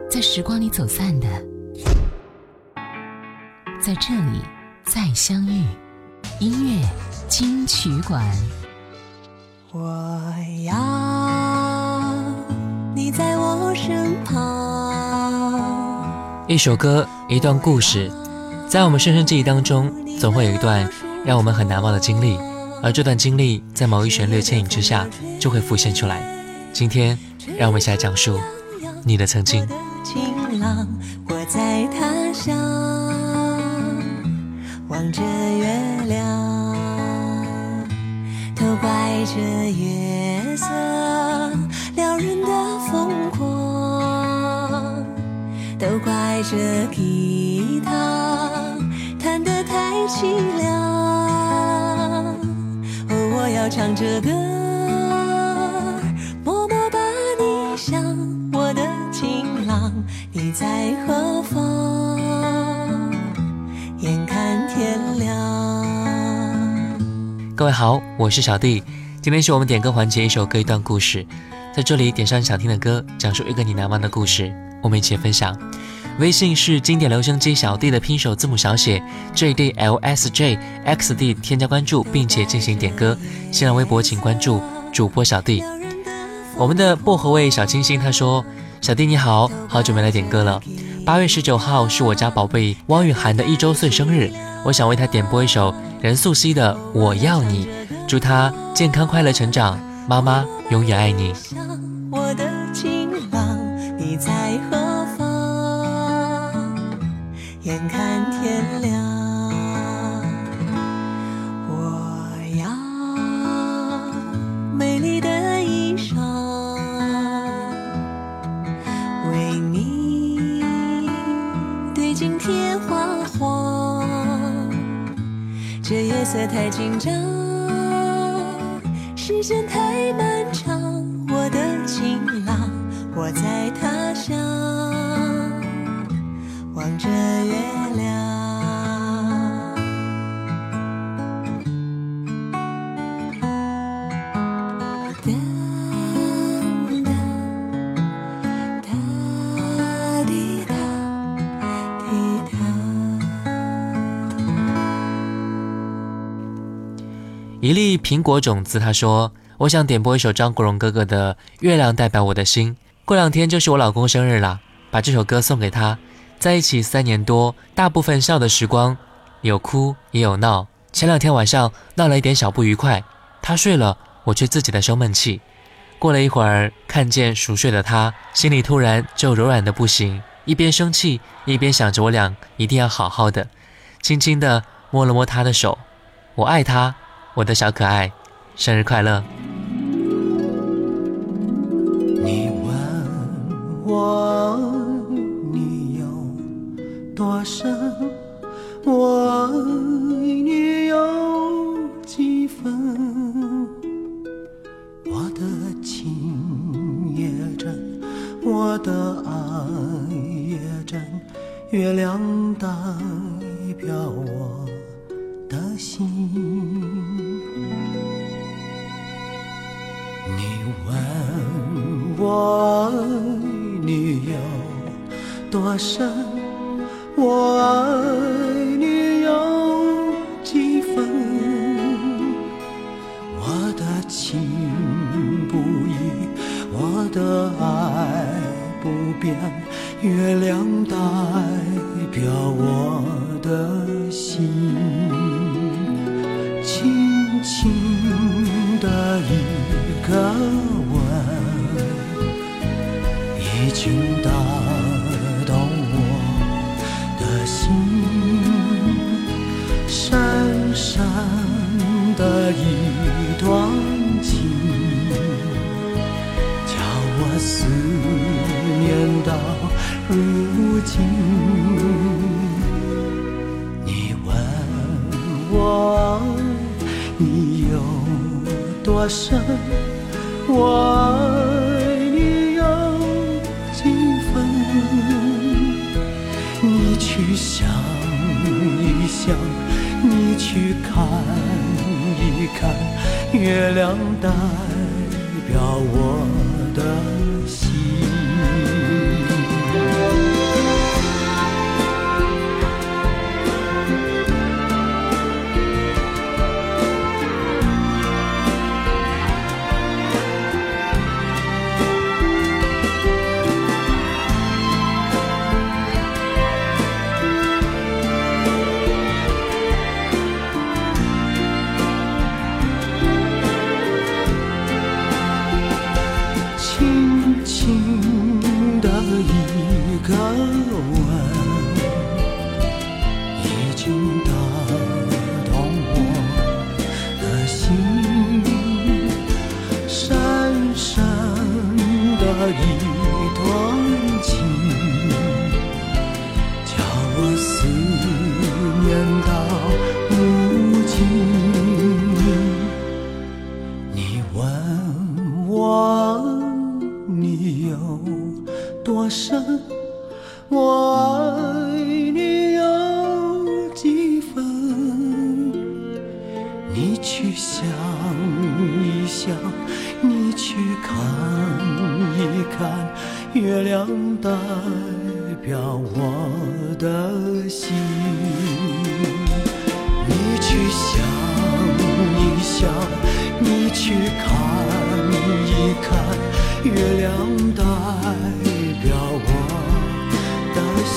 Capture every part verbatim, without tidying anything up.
在时光里走散的，在这里再相遇。音乐金曲馆。 我要你在我身旁。 一首歌，一段故事，在我们深深记忆当中，总会有一段让我们很难忘的经历，而这段经历在某一旋律牵引之下就会浮现出来。今天让我们一起来讲述你的曾经。 晴朗，我在他乡望着月亮，都怪这月色撩人的疯狂，都怪这吉他弹得太凄凉。哦，我要唱这歌，默默把你想，我的情郎，你在何方？眼看天亮。 各位好，我是小弟，今天是我们点歌环节，一首歌一段故事，在这里点上你想听的歌，讲述一个你难忘的故事，我们一起分享。微信是经典留声机小弟的拼手字母小写 J D L S J X D， 添加关注并且进行点歌。新浪微博请关注主播小弟。我们的薄荷味小清新他说，小弟你好，好久没来点歌了。八月十九号是我家宝贝汪雨涵的一周岁生日，我想为她点播一首任素汐的我要你，祝她健康快乐成长，妈妈永远爱你。 我的情郎，你在何方？眼看天亮，我要美丽的衣裳，为你对镜贴花黄。这夜色太紧张，时间太漫长，我的情郎，我在他乡望着月亮。 一粒苹果种子他说，我想点播一首张国荣哥哥的《月亮代表我的心》，过两天就是我老公生日了，把这首歌送给他。在一起三年多，大部分笑的时光有哭也有闹，前两天晚上闹了一点小不愉快，他睡了，我却自己的生闷气。过了一会儿，看见熟睡的他，心里突然就柔软的不行，一边生气一边想着我俩一定要好好的，轻轻地摸了摸他的手，我爱他，我的小可爱，生日快乐。 你问我你有多深，我爱你有几分，我的情也真，我的爱也真，月亮代表我的心。你问我爱你有多深，我爱你有几分，我的情不移，我的爱不变，月亮代表我的心。轻轻的一个吻，已经打动我的心，深深的一段情，叫我思念到如今。你问我你有多深，我爱你有几分，你去想一想，你去看一看，月亮代表我的心。 情，叫我思念到如今。你问我你有多深，我爱你有几分？你去想一想，你去看一看，月亮代表我的心。你去想一想，你去看一看，月亮代表我的心。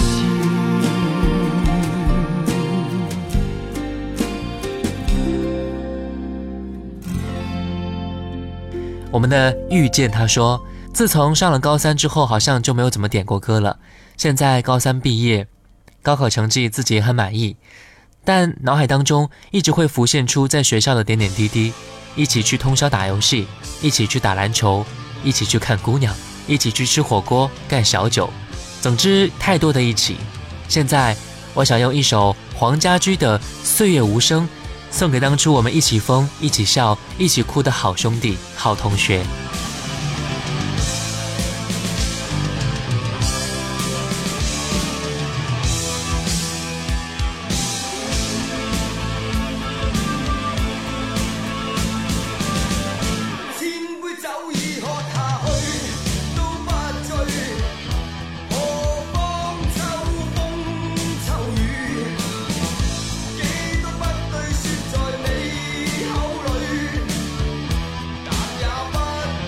我们的遇见他说，自从上了高三之后，好像就没有怎么点过歌了。现在高三毕业，高考成绩自己也很满意，但脑海当中一直会浮现出在学校的点点滴滴，一起去通宵打游戏，一起去打篮球，一起去看姑娘，一起去吃火锅干小酒，总之太多的一起。现在我想用一首黄家驹的《岁月无声》送给当初我们一起疯一起笑一起哭的好兄弟好同学。 不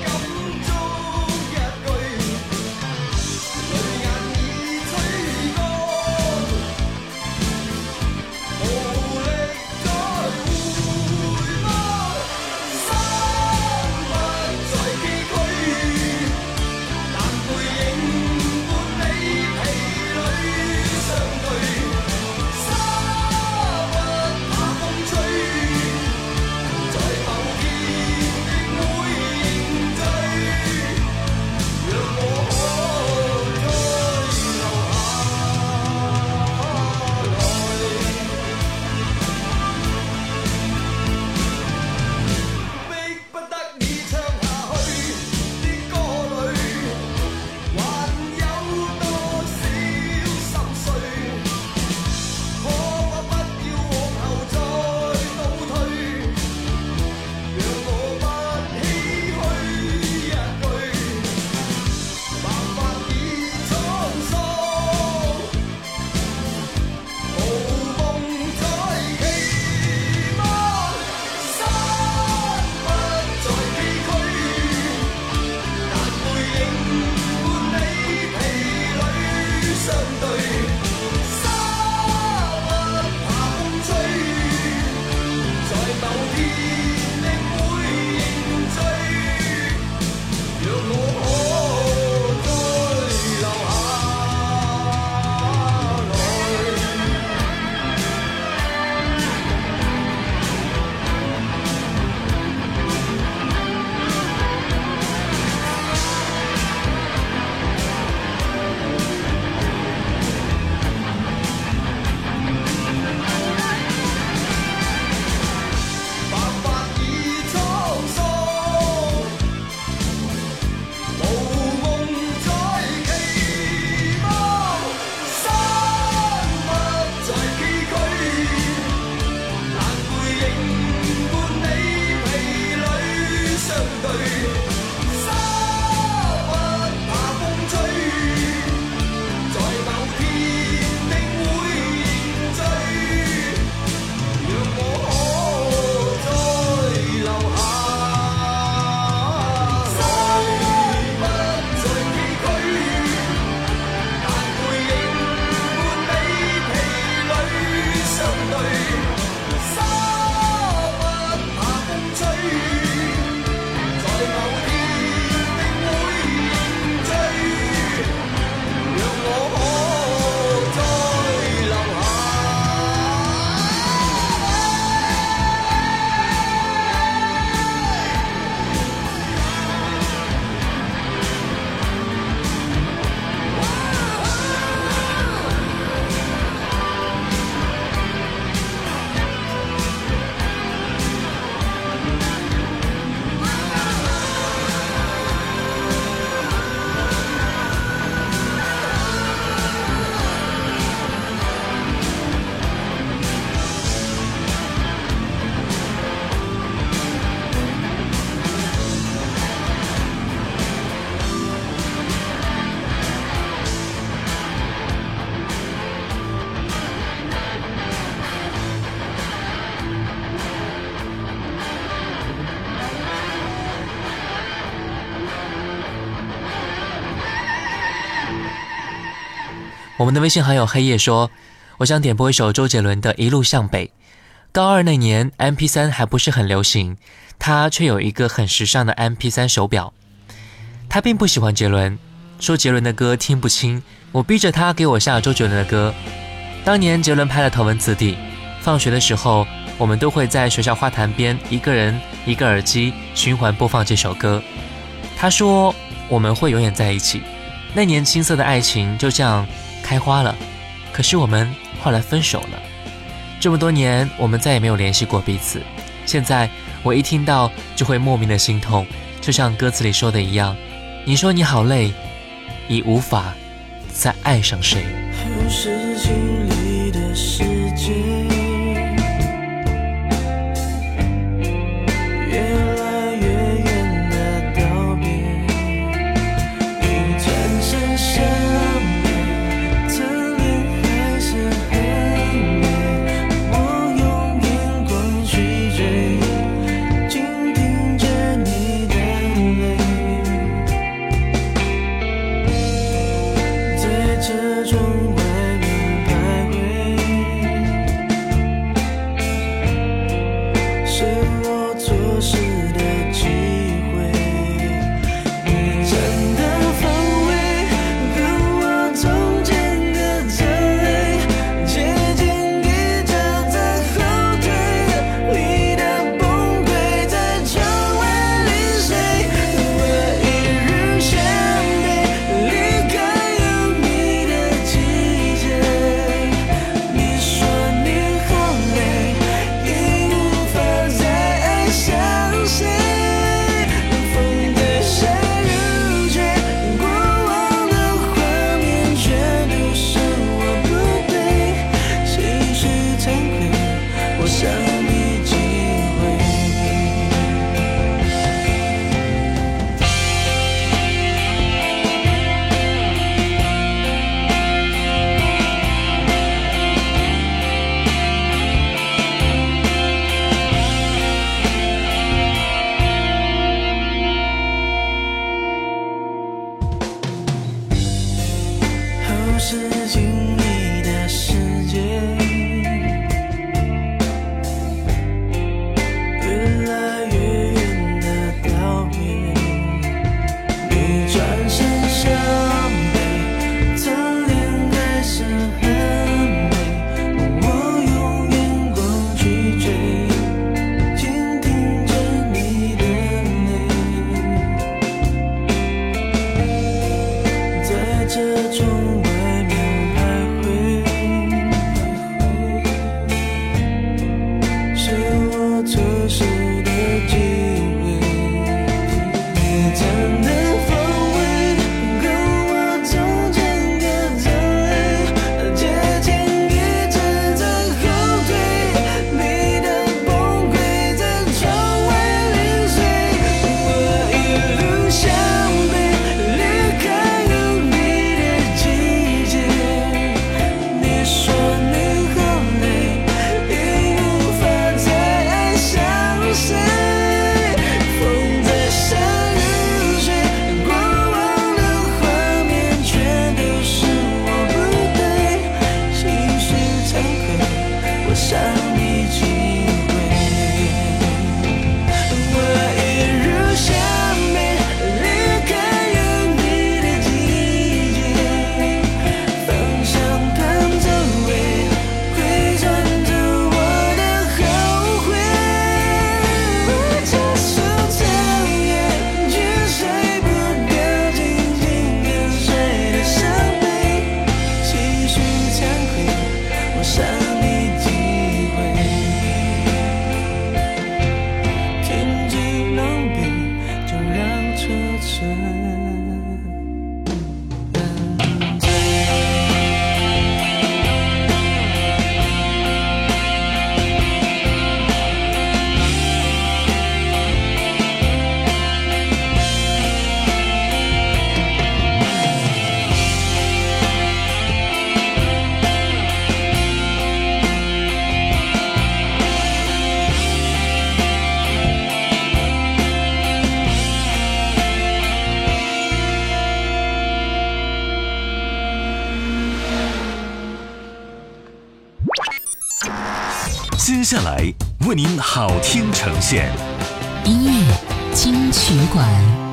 我们的微信好友黑夜说，我想点播一首周杰伦的《一路向北》。高二那年 M P 三 还不是很流行，他却有一个很时尚的 M P 三 手表。他并不喜欢杰伦，说杰伦的歌听不清，我逼着他给我下周杰伦的歌。当年杰伦拍了头文字 D， 放学的时候我们都会在学校花坛边一个人一个耳机循环播放这首歌。他说我们会永远在一起，那年青涩的爱情就这样开花了，可是我们后来分手了。这么多年我们再也没有联系过彼此，现在我一听到就会莫名的心痛，就像歌词里说的一样，你说你好累，已无法再爱上谁。 后视镜里的世界越来越远的道别，你转身向北，侧脸还是很美，我用眼光去追，倾听着你的泪，在这窗外面徘徊，是我错失的机会。你站的方位和我中间隔着泪，接近地就在后退，你的崩溃在窗外淋水。我一日向北，离开有你的季节。你说你好累，已无法再爱上谁。风对晒如雪，过往的画面全都是我不对，其实惭愧，我想你几回。后视镜里的世界越来越远的道别，你转身向北，侧脸还是很美，我用眼光去追，倾听着你的泪，在这窗外面徘徊。 下来为您好听呈现音乐金曲馆。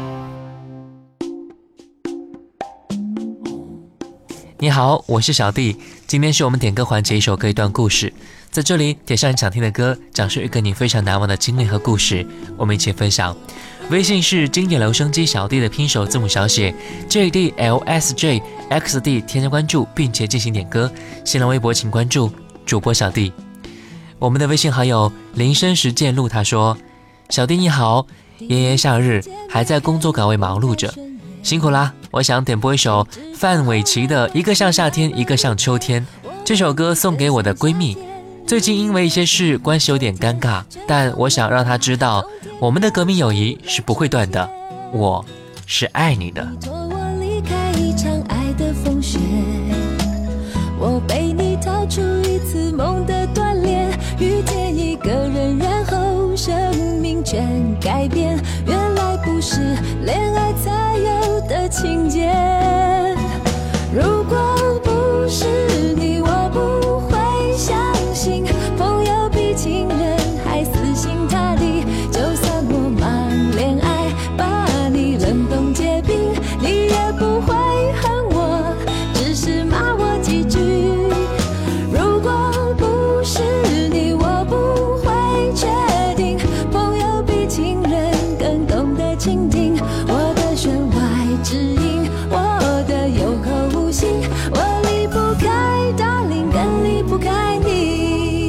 你好，我是小弟，今天是我们点歌环节，一首歌一段故事，在这里点上你想听的歌，讲述一个你非常难忘的经历和故事，我们一起分享。微信是经典留声机小弟的拼手字母小写 J D L S J X D， 添加关注并且进行点歌。新浪微博请关注主播小弟。我们的微信好友林深时见录他说，小弟你好，炎炎夏日还在工作岗位忙碌着，辛苦啦！我想点播一首范玮琪的《一个像夏天，一个像秋天》，这首歌送给我的闺蜜。最近因为一些事关系有点尴尬，但我想让她知道，我们的革命友谊是不会断的，我是爱你的。 托我离开一场爱的风雪，我被你逃出一次梦的锻炼，遇见一个人，然后生命全改变，原来不是恋爱才有的情节。如果不是你，我不会相信朋友比情人还死心塌地，就算我忙恋爱把你冷冻结冰，你也不会恨我，只是骂我几句。如果不是你，我不会确定朋友比情人更懂得倾听我的弦外之音，我的有口无心，我离不开 darling， 更离不开你。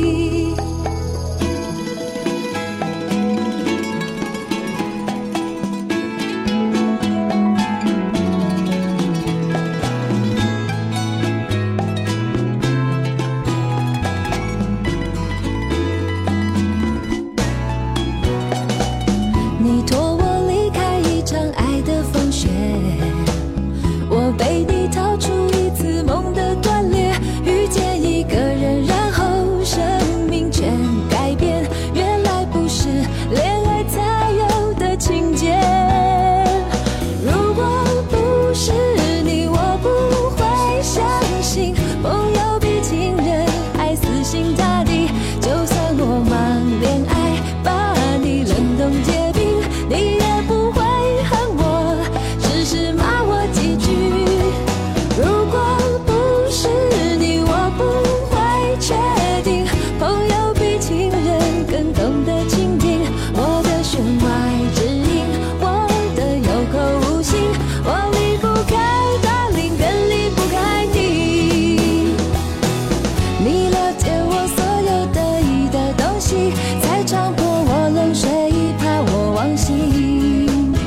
你托我离开一场爱的风雪，我被你逃出一次梦的断裂，遇见一个人，然后生命全改变，原来不是恋爱才有的情节。如果不是你，我不会相信朋友比情人还死心塌地，就算我忙恋爱把你冷冻结冰，你也不会恨我，只是骂我几句。如果不是你，我不会确定朋友比情人更懂得倾听我的弦外之音，我的有口无心，我离不开 darling， 更离不开你。你了解我所有得意的东西，才尝破我冷水，怕我忘形。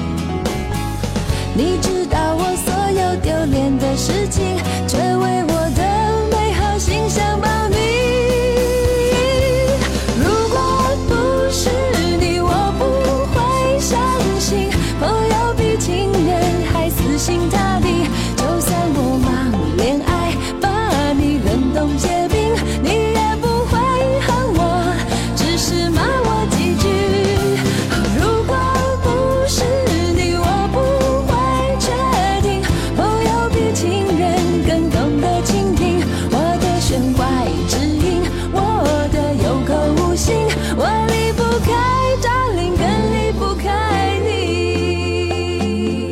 你知道我所有丢脸的事情，却为我的美好形象保密。如果不是你，我不会相信朋友比情人还死心塌地，就算我忙恋爱把你冷冻结冰，你也不会恨我，只是骂我几句。如果不是你，我不会确定朋友比情人更懂得倾听我的弦外之音，我的有口无心，我离不开 darling， 更离不开你。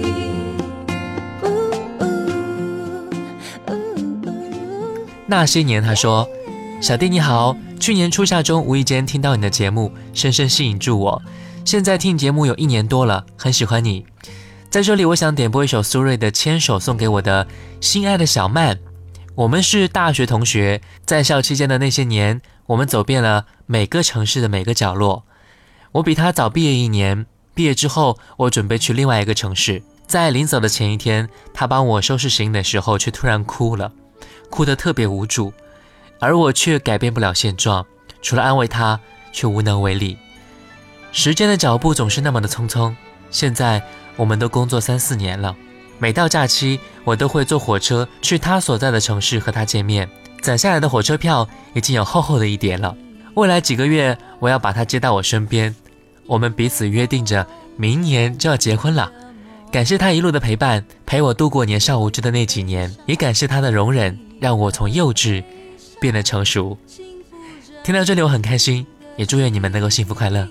呜呜呜呜那些年他说，小弟你好，去年初夏中无意间听到你的节目，深深吸引住我，现在听节目有一年多了，很喜欢你。在这里我想点播一首苏芮的《牵手》，送给我的心爱的小曼。我们是大学同学，在校期间的那些年，我们走遍了每个城市的每个角落。我比他早毕业一年，毕业之后我准备去另外一个城市，在临走的前一天，他帮我收拾行李的时候却突然哭了，哭得特别无助，而我却改变不了现状，除了安慰他却无能为力。时间的脚步总是那么的匆匆，现在我们都工作三四年了，每到假期我都会坐火车去他所在的城市和他见面，攒下来的火车票已经有厚厚的一叠了。未来几个月我要把他接到我身边，我们彼此约定着明年就要结婚了。感谢他一路的陪伴，陪我度过年少无知的那几年，也感谢他的容忍，让我从幼稚变得成熟。听到这里我很开心， 也祝愿你们能够幸福快乐。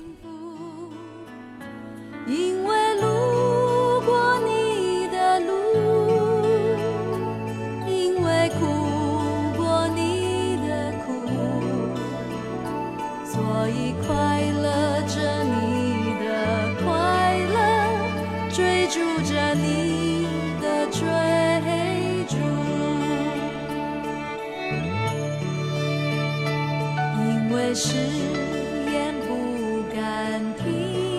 因为路过你的路，因为苦过你的苦，所以快乐着你的快乐，追逐着你的追逐。因为誓言不敢听，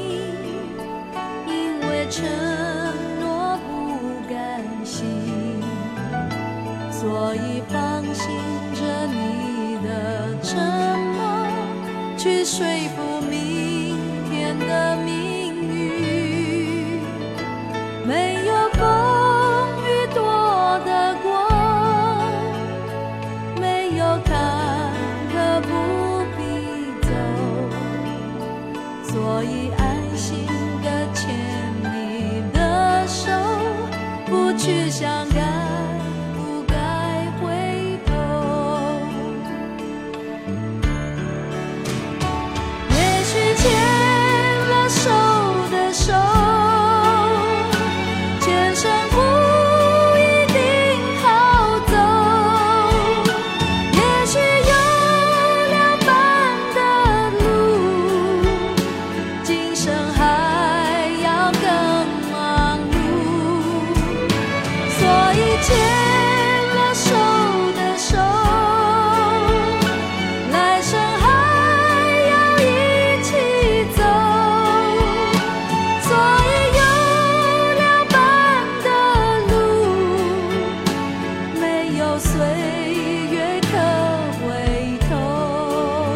因为承诺不敢信，所以放心着你的沉默，去说服明天的命运。没有风雨多的过，没有坎坷不必走，所以安心地牵你的手，不去想该不该回头。也许牵了手的手，前生不一定好走，也许有两半的路，今生还要更忙碌，所以牵了手的手，来生还要一起走，所以有两半的路，没有岁月可回头。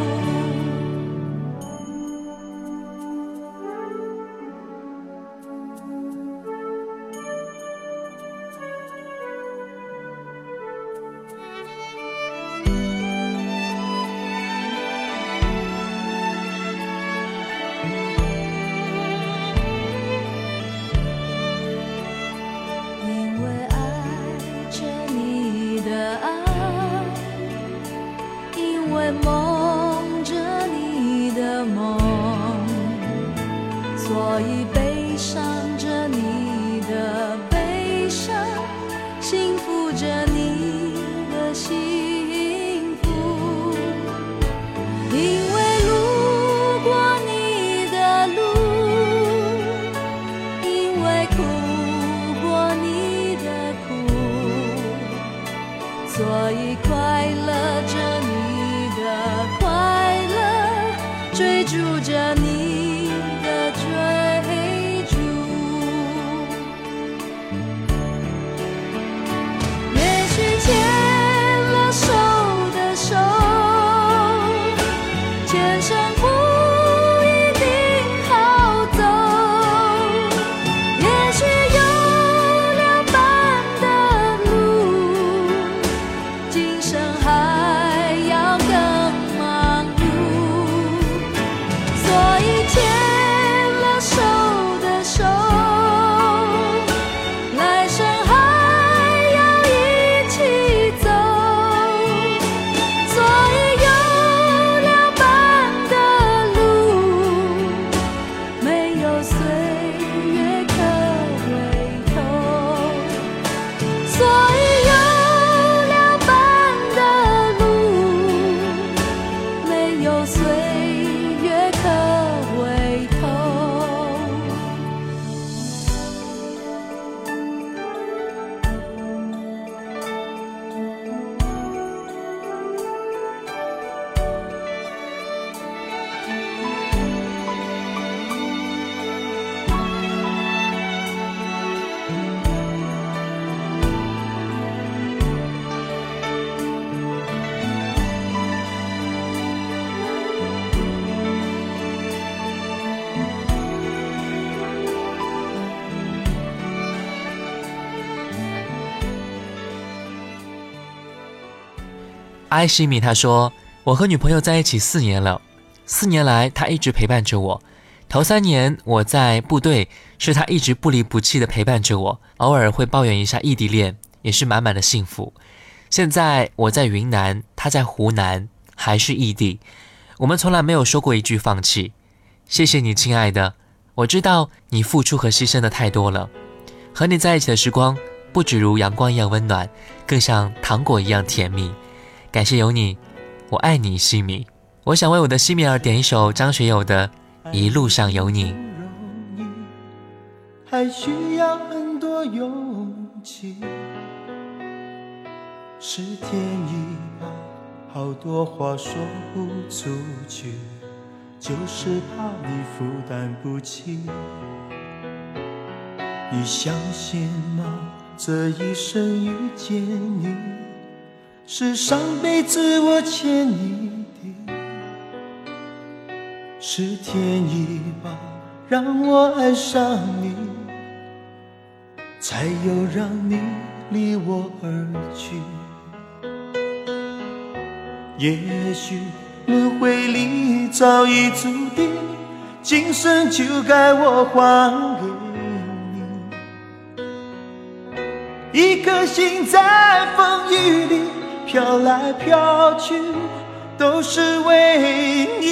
因为爱着你的爱，因为梦着你的梦，所以悲伤着你的悲伤，幸福着你的幸福。因为路过你的路，因为苦过你的苦，所以快乐着你的快乐，追逐着你的追逐。也许牵了手的手，前生不一定好走，也许有两半的路，今生还要更忙碌，所以牵了手的手，来生还要一起走，所以有两半的路，没有岁月可回头，所以有两半的路，没有岁月可回头。 艾希米他说，我和女朋友在一起四年了，四年来她一直陪伴着我。头三年我在部队，是她一直不离不弃的陪伴着我，偶尔会抱怨一下异地恋，也是满满的幸福。现在我在云南，她在湖南，还是异地。 我们从来没有说过一句放弃。谢谢你，亲爱的，我知道你付出和牺牲的太多了。和你在一起的时光，不只如阳光一样温暖，更像糖果一样甜蜜。感谢有你，我爱你，西米。我想为我的西米尔点一首张学友的《一路上有你》。 还需要很多勇气，是天意吧，好多话说不出去，就是怕你负担不起。你相信吗？这一生遇见你，是上辈子我欠你的，是天意吧，让我爱上你，才有让你离我而去。也许轮回里早已注定，今生就该我还给你。一颗心在风雨里飘来飘去，都是为你。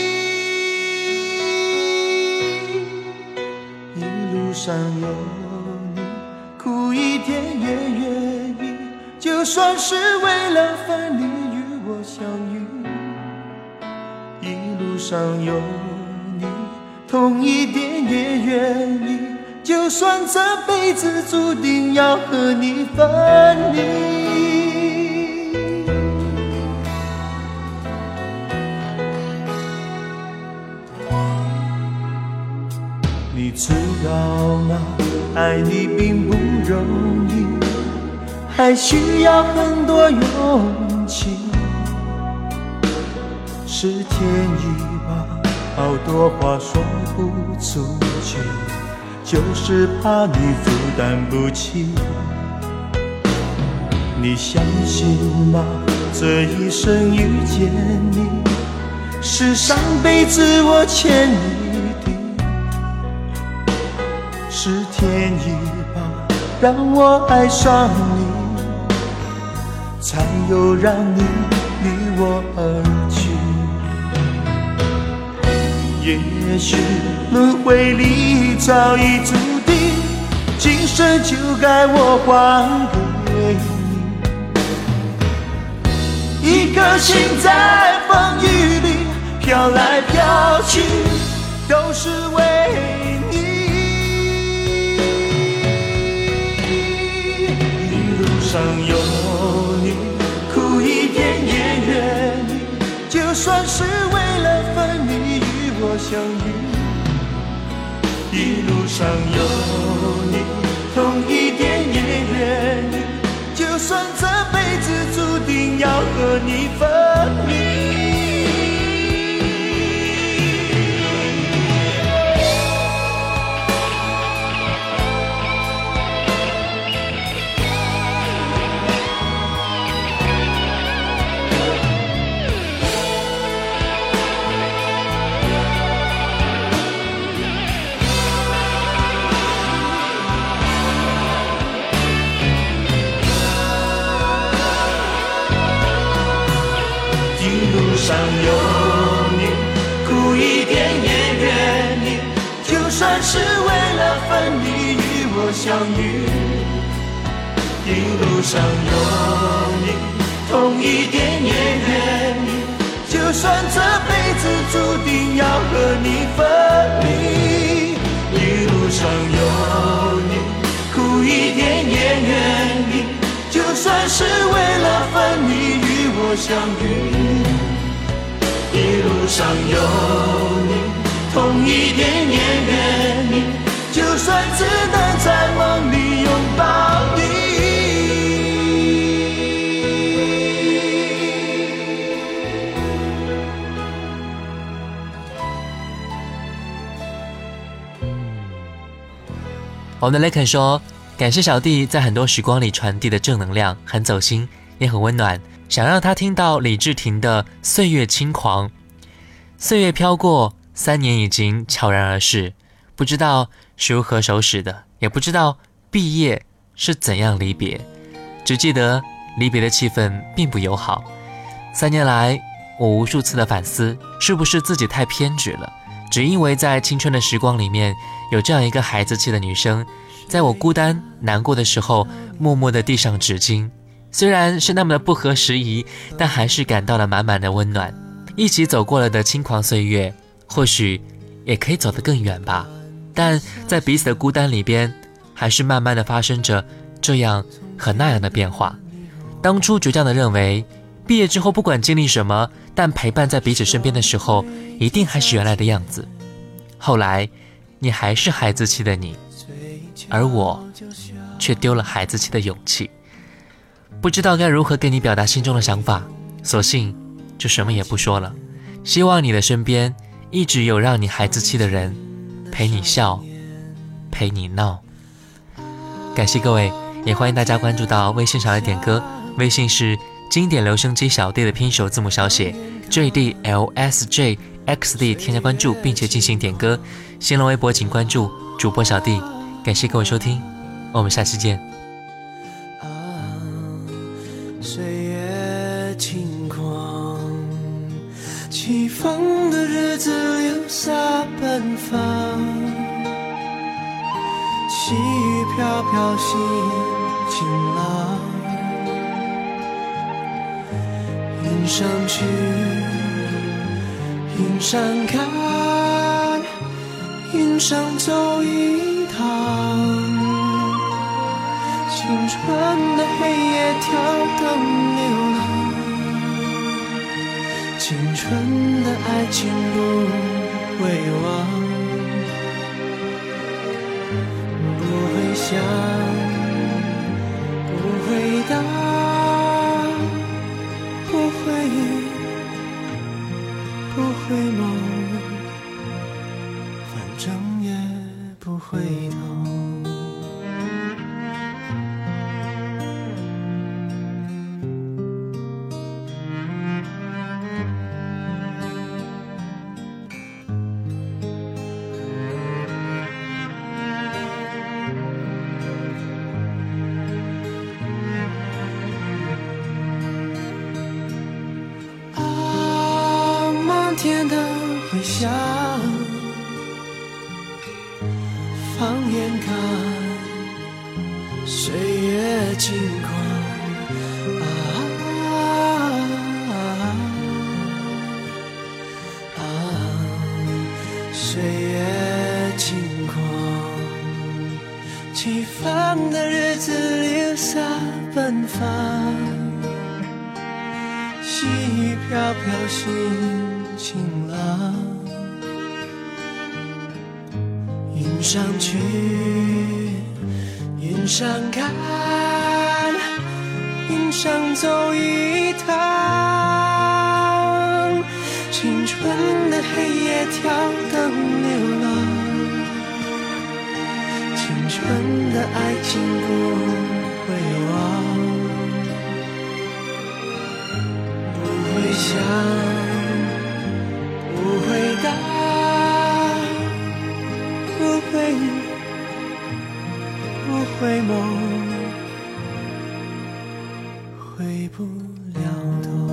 一路上有你，苦一点也愿意，就算是为了分离与我相遇。一路上有你，痛一点也愿意，就算这辈子注定要和你分离。你知道吗？爱你并不容易，还需要很多勇气。是天意吧，好多话说不出去，就是怕你负担不起。你相信吗？这一生遇见你，是上辈子我欠你的，是天意吧，让我爱上你，才有让你离我而去。也许轮回里早已注定，今生就该我还给你。一颗心在风雨里飘来飘去，都是为你。一路上有你，苦一点也愿意，就算是为了分离与我相遇。一路上有你，痛一点也愿意，就算这辈子注定要和你分离。上有你，苦一点也愿意，就算是为了分离与我相遇。一路上有你，痛一点也愿意，就算这辈子注定要和你分离。一路上有你，苦一点也愿意，就算是为了分离与我相遇。一路上有你，痛一点也愿意，就算只能在梦里拥抱你。 我们的雷肯说，感谢小弟在很多时光里传递的正能量，很走心也很温暖，想让他听到李治廷的岁月轻狂。岁月飘过，三年已经悄然而逝，不知道是如何收拾的，也不知道毕业是怎样离别，只记得离别的气氛并不友好。三年来，我无数次的反思， 是不是自己太偏执了？只因为在青春的时光里面，有这样一个孩子气的女生，在我孤单难过的时候，默默地递上纸巾，虽然是那么的不合时宜，但还是感到了满满的温暖。一起走过了的轻狂岁月，或许也可以走得更远吧。但在彼此的孤单里边，还是慢慢的发生着这样和那样的变化。当初倔强的认为，毕业之后不管经历什么，但陪伴在彼此身边的时候，一定还是原来的样子。后来你还是孩子气的你，而我却丢了孩子气的勇气，不知道该如何跟你表达心中的想法，索性就什么也不说了。希望你的身边一直有让你孩子气的人，陪你笑，陪你闹。感谢各位，也欢迎大家关注到微信上来点歌，微信是经典留声机小弟的拼手字母小写 J D L S J X D， 添加关注并且进行点歌。新浪微博请关注主播小弟。感谢各位收听，我们下期见。 啊，岁月轻狂，起风的日子留下奔放，细雨飘飘心晴朗，云上去云上看，云上走一趟，青春的黑夜跳灯流浪，青春的爱情不会忘，不会想，不会答，不会忆，不会梦，反正也不回头。天的回响，放眼看，岁月轻狂啊啊啊！岁月轻狂，起风的日子留下奔放，细雨飘飘心晴朗，云上去云上看，云上走一趟，青春的黑夜跳灯流浪，青春的爱情不会忘，不会想，不会答，不会忆，不会梦，回不了头。